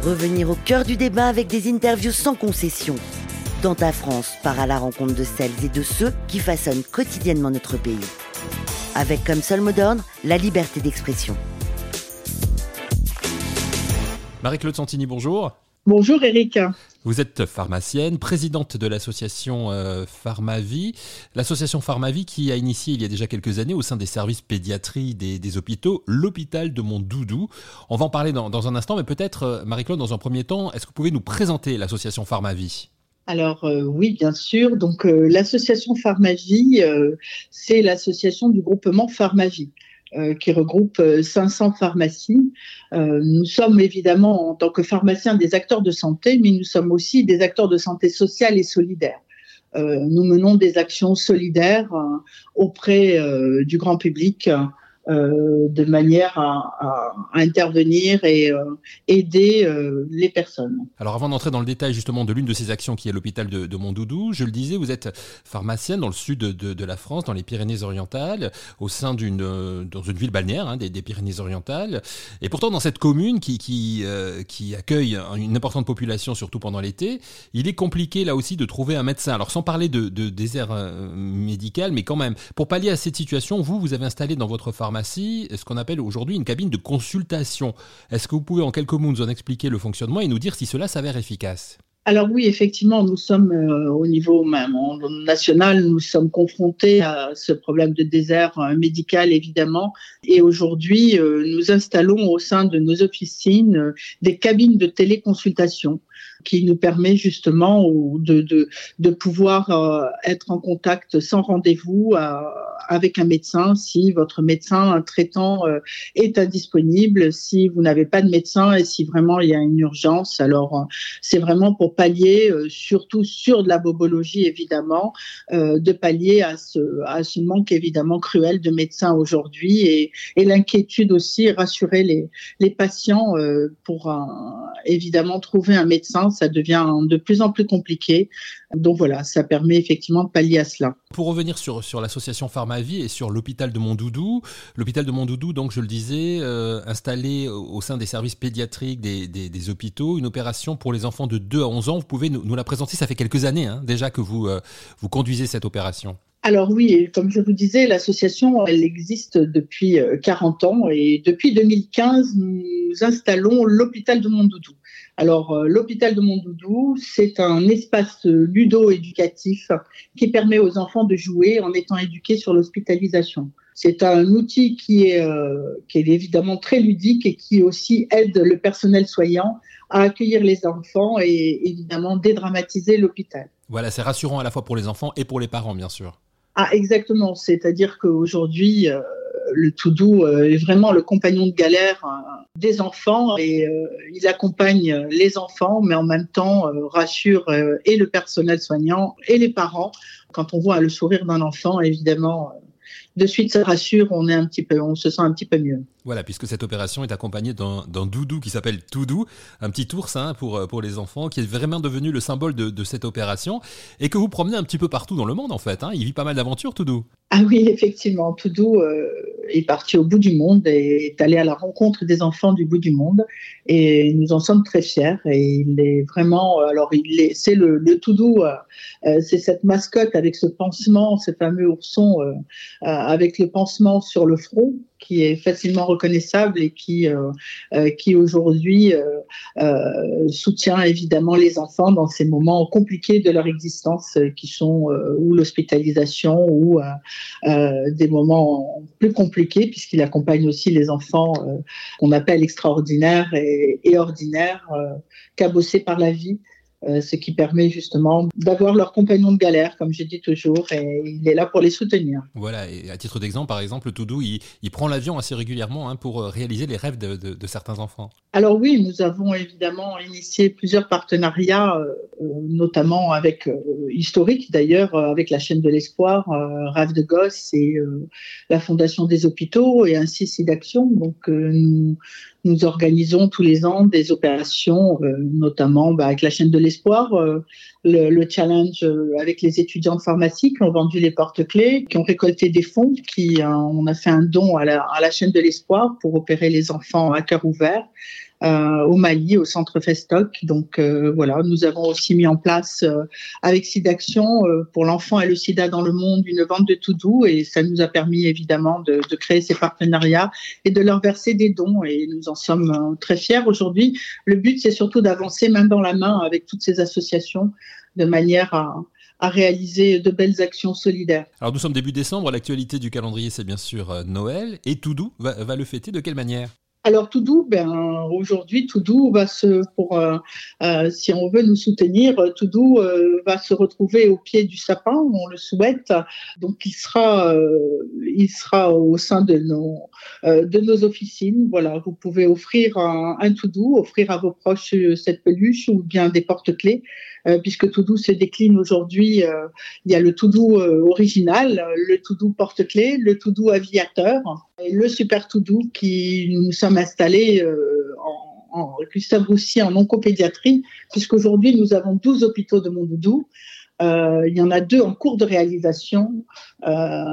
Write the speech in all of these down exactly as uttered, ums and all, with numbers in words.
Revenir au cœur du débat avec des interviews sans concession. Dans ta France, part à la rencontre de celles et de ceux qui façonnent quotidiennement notre pays. Avec comme seul mot d'ordre, la liberté d'expression. Marie-Claude Santini, bonjour. Bonjour Eric. Vous êtes pharmacienne, présidente de l'association euh, Pharmavie. L'association Pharmavie qui a initié il y a déjà quelques années au sein des services pédiatrie des, des hôpitaux, l'hôpital de Mondoudou. On va en parler dans, dans un instant, mais peut-être, euh, Marie-Claude, dans un premier temps, est-ce que vous pouvez nous présenter l'association Pharmavie ? Alors euh, oui, bien sûr. Donc euh, l'association Pharmavie, euh, c'est l'association du groupement Pharmavie. Euh, qui regroupe euh, cinq cents pharmacies. Euh, nous sommes évidemment, en tant que pharmaciens, des acteurs de santé, mais nous sommes aussi des acteurs de santé sociale et solidaire. Euh, nous menons des actions solidaires euh, auprès euh, du grand public, euh, de manière à, à, à intervenir et euh, aider euh, les personnes. Alors avant d'entrer dans le détail justement de l'une de ces actions qui est l'hôpital de, de Mondoudou, je le disais, vous êtes pharmacienne dans le sud de, de, de la France, dans les Pyrénées-Orientales, au sein d'une euh, dans une ville balnéaire hein, des, des Pyrénées-Orientales. Et pourtant dans cette commune qui, qui, euh, qui accueille une importante population, surtout pendant l'été, il est compliqué là aussi de trouver un médecin. Alors sans parler de, de désert euh, médical, mais quand même, pour pallier à cette situation, vous, vous avez installé dans votre pharmacie ce qu'on appelle aujourd'hui une cabine de consultation. Est-ce que vous pouvez en quelques mots nous en expliquer le fonctionnement et nous dire si cela s'avère efficace ? Alors oui, effectivement, nous sommes euh, au niveau même national, nous sommes confrontés à ce problème de désert euh, médical évidemment. Et aujourd'hui, euh, nous installons au sein de nos officines euh, des cabines de téléconsultation qui nous permet justement de, de, de pouvoir euh, être en contact sans rendez-vous euh, avec un médecin si votre médecin un traitant euh, est indisponible, si vous n'avez pas de médecin et si vraiment il y a une urgence. Alors euh, c'est vraiment pour pallier, euh, surtout sur de la bobologie évidemment, euh, de pallier à ce, à ce manque évidemment cruel de médecins aujourd'hui et, et l'inquiétude aussi, rassurer les, les patients euh, pour euh, évidemment trouver un médecin, ça devient de plus en plus compliqué. Donc voilà, ça permet effectivement de pallier à cela. Pour revenir sur, sur l'association Pharmavie et sur l'hôpital de Mondoudou, l'hôpital de Mondoudou, donc je le disais, euh, installé au sein des services pédiatriques des, des, des hôpitaux, une opération pour les enfants de deux à onze ans. Vous pouvez nous, nous la présenter, ça fait quelques années hein, déjà que vous, euh, vous conduisez cette opération. Alors oui, comme je vous disais, l'association, elle existe depuis quarante ans et depuis deux mille quinze, nous installons l'hôpital de Mondoudou. Alors, euh, l'hôpital de Mondoudou, c'est un espace ludo-éducatif qui permet aux enfants de jouer en étant éduqués sur l'hospitalisation. C'est un outil qui est, euh, qui est évidemment très ludique et qui aussi aide le personnel soignant à accueillir les enfants et évidemment dédramatiser l'hôpital. Voilà, c'est rassurant à la fois pour les enfants et pour les parents, bien sûr. Ah, exactement. C'est-à-dire qu'aujourd'hui, euh, le Toudou euh, est vraiment le compagnon de galère euh, des enfants et euh, il accompagne les enfants, mais en même temps euh, rassure euh, et le personnel soignant et les parents. Quand on voit le sourire d'un enfant, évidemment, euh, de suite ça rassure, on est un petit peu, on se sent un petit peu mieux. Voilà, puisque cette opération est accompagnée d'un, d'un doudou qui s'appelle Toudou, un petit ours hein, pour, pour les enfants, qui est vraiment devenu le symbole de, de cette opération, et que vous promenez un petit peu partout dans le monde en fait. Hein. Il vit pas mal d'aventures, Toudou. Ah oui, effectivement, Toudou euh, est parti au bout du monde et est allé à la rencontre des enfants du bout du monde, et nous en sommes très fiers. Et il est vraiment, alors il est, c'est le, le Toudou, euh, c'est cette mascotte avec ce pansement, ce fameux ourson euh, avec le pansement sur le front, qui est facilement reconnaissable et qui, euh, euh, qui aujourd'hui euh, euh, soutient évidemment les enfants dans ces moments compliqués de leur existence euh, qui sont euh, ou l'hospitalisation ou euh, euh, des moments plus compliqués puisqu'il accompagne aussi les enfants euh, qu'on appelle extraordinaires et, et ordinaires, euh, cabossés par la vie. Euh, ce qui permet justement d'avoir leur compagnon de galère, comme je dis toujours, et il est là pour les soutenir. Voilà, et à titre d'exemple, par exemple, Toudou, il, il prend l'avion assez régulièrement hein, pour réaliser les rêves de, de, de certains enfants. Alors oui, nous avons évidemment initié plusieurs partenariats, euh, notamment avec, euh, historiques d'ailleurs, euh, avec la chaîne de l'espoir, euh, Rêve de Gosse et euh, la Fondation des hôpitaux et ainsi SIDAction. Donc euh, nous, nous organisons tous les ans des opérations, euh, notamment bah, avec la chaîne de l'espoir, euh, le, le challenge euh, avec les étudiants de pharmacie qui ont vendu les porte-clés, qui ont récolté des fonds, qui euh, on a fait un don à la, à la chaîne de l'espoir pour opérer les enfants à cœur ouvert. euh, au Mali, au centre Festoc. Donc euh, voilà, nous avons aussi mis en place euh, avec SIDAction euh, pour l'enfant et le sida dans le monde une vente de to-do et ça nous a permis évidemment de, de créer ces partenariats et de leur verser des dons et nous en sommes euh, très fiers aujourd'hui. Le but c'est surtout d'avancer main dans la main avec toutes ces associations de manière à à réaliser de belles actions solidaires. Alors nous sommes début décembre, l'actualité du calendrier c'est bien sûr euh, Noël, et to-do va, va le fêter de quelle manière ? Alors to-do, ben aujourd'hui to-do va se, pour euh, euh, si on veut nous soutenir, to-do euh, va se retrouver au pied du sapin, on le souhaite. Donc il sera, euh, il sera au sein de nos euh, de nos officines. Voilà, vous pouvez offrir un, un to-do, offrir à vos proches cette peluche ou bien des porte-clés. Euh, puisque to-do se décline aujourd'hui, euh, il y a le to-do euh, original, le to-do porte-clés, le to-do aviateur et le super to-do qui nous sommes installés euh, en, en Gustave Roussy en oncopédiatrie, puisqu'aujourd'hui nous avons douze hôpitaux de Mondoudou. Euh, il y en a deux en cours de réalisation, euh,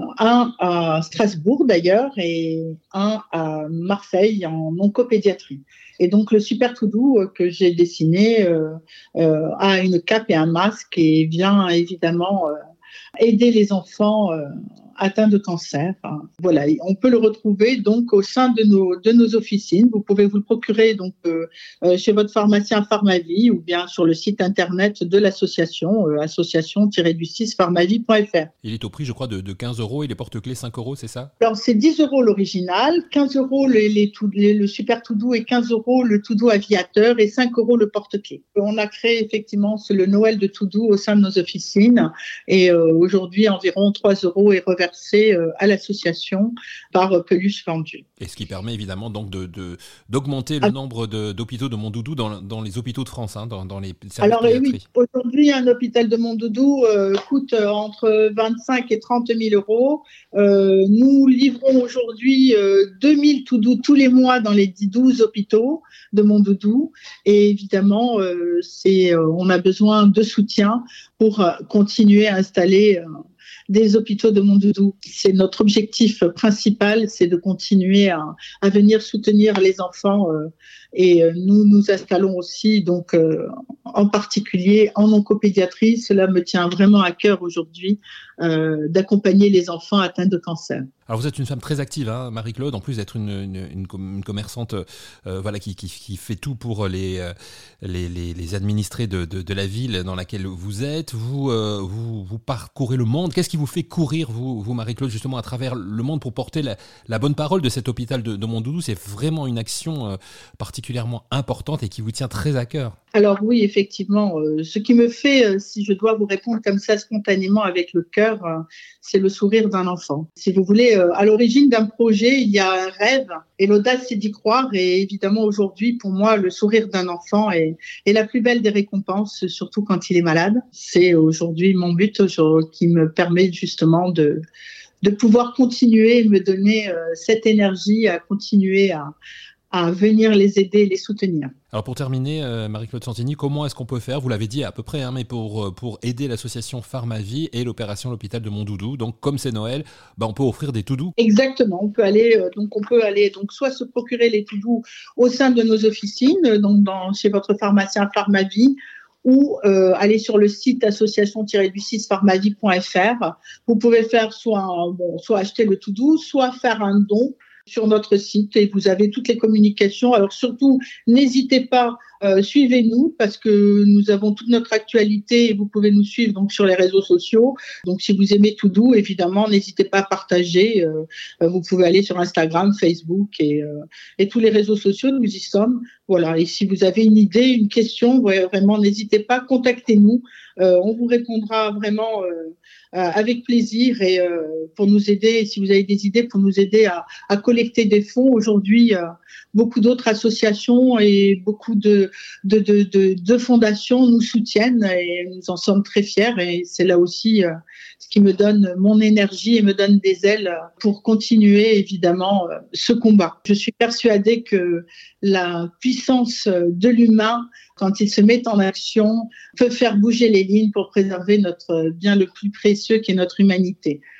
un à Strasbourg d'ailleurs et un à Marseille en oncopédiatrie. Et donc le super to-do que j'ai dessiné euh, euh, a une cape et un masque et vient évidemment euh, aider les enfants euh, atteints de cancer. Voilà, on peut le retrouver donc au sein de nos de nos officines. Vous pouvez vous le procurer donc euh, euh, chez votre pharmacien Pharmavie ou bien sur le site internet de l'association euh, association tiret du six pharmavie point f r. Il est au prix, je crois, de, de quinze euros et les porte-clés cinq euros, c'est ça ? Alors c'est dix euros l'original, quinze euros les, les, les, le super to-do et quinze euros le to-do aviateur et cinq euros le porte-clés. On a créé effectivement le Noël de to-do au sein de nos officines et euh, aujourd'hui environ trois euros est reversé à l'association par peluche vendue. Et ce qui permet évidemment donc de, de, d'augmenter le ah. nombre de, d'hôpitaux de Mondoudou dans, dans les hôpitaux de France, hein, dans, dans les services Alors pédiatrie. Oui, aujourd'hui un hôpital de Mondoudou euh, coûte entre vingt-cinq et trente mille euros. Euh, nous livrons aujourd'hui euh, deux mille to-do tous les mois dans les douze hôpitaux de Mondoudou et évidemment euh, c'est, euh, on a besoin de soutien pour euh, continuer à installer euh, des hôpitaux de Mondoudou. C'est notre objectif principal, c'est de continuer à, à venir soutenir les enfants euh, et euh, nous nous installons aussi donc euh, en particulier en oncopédiatrie. Cela me tient vraiment à cœur aujourd'hui euh, d'accompagner les enfants atteints de cancer. Alors vous êtes une femme très active, hein, Marie-Claude, en plus d'être une, une, une, une commerçante euh, voilà, qui, qui, qui fait tout pour les, euh, les, les, les administrés de, de, de la ville dans laquelle vous êtes. Vous, euh, vous, vous parcourez le monde. Qu'est-ce qui vous fait courir, vous, vous Marie-Claude, justement à travers le monde pour porter la, la bonne parole de cet hôpital de, de Mondoudou ? C'est vraiment une action euh, particulièrement importante et qui vous tient très à cœur. Alors oui, effectivement, euh, ce qui me fait, euh, si je dois vous répondre comme ça spontanément avec le cœur, euh, c'est le sourire d'un enfant. Si vous voulez, euh, à l'origine d'un projet, il y a un rêve et l'audace, c'est d'y croire. Et évidemment, aujourd'hui, pour moi, le sourire d'un enfant est, est la plus belle des récompenses, surtout quand il est malade. C'est aujourd'hui mon but je, qui me permet justement de de pouvoir continuer et me donner euh, cette énergie à continuer à à venir les aider et les soutenir. Alors pour terminer, euh, Marie-Claude Santini, comment est-ce qu'on peut faire ? Vous l'avez dit à peu près, hein, mais pour, pour aider l'association Pharmavie et l'opération L'Hôpital de Mondoudou. Donc comme c'est Noël, bah, on peut offrir des to-do. Exactement, on peut aller, euh, donc on peut aller donc soit se procurer les to-do au sein de nos officines, donc dans, chez votre pharmacien Pharmavie, ou euh, aller sur le site association tiret du six pharmavie point f r. Vous pouvez faire soit, bon, soit acheter le to-do, soit faire un don sur notre site et vous avez toutes les communications. Alors surtout, n'hésitez pas, euh, suivez-nous parce que nous avons toute notre actualité et vous pouvez nous suivre donc sur les réseaux sociaux. Donc si vous aimez to-do, évidemment, n'hésitez pas à partager. Euh, vous pouvez aller sur Instagram, Facebook et, euh, et tous les réseaux sociaux, nous y sommes. Voilà. Et si vous avez une idée, une question, vraiment, n'hésitez pas, contactez-nous. Euh, on vous répondra vraiment euh, avec plaisir et euh, pour nous aider, si vous avez des idées, pour nous aider à, à collecter des fonds. Aujourd'hui, euh, beaucoup d'autres associations et beaucoup de, de, de, de, de fondations nous soutiennent et nous en sommes très fiers. Et c'est là aussi euh, ce qui me donne mon énergie et me donne des ailes pour continuer évidemment euh, ce combat. Je suis persuadée que la puissance de l'humain, quand il se met en action, peut faire bouger les lignes pour préserver notre bien le plus précieux qui est notre humanité.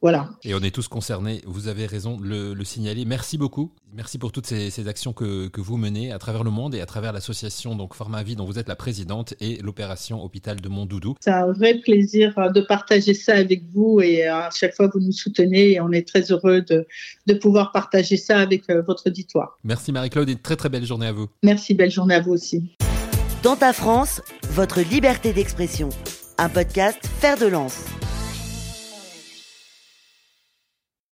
Voilà. Et on est tous concernés, vous avez raison de le, le signaler. Merci beaucoup. Merci pour toutes ces, ces actions que, que vous menez à travers le monde et à travers l'association donc Pharmavie dont vous êtes la présidente et l'opération Hôpital de Mondouedou. C'est un vrai plaisir de partager ça avec vous et à chaque fois vous nous soutenez et on est très heureux de, de pouvoir partager ça avec votre auditoire. Merci Marie-Claude et très très belle journée à vous. Merci, belle journée à vous aussi. Dans ta France, votre liberté d'expression. Un podcast Fer de Lance.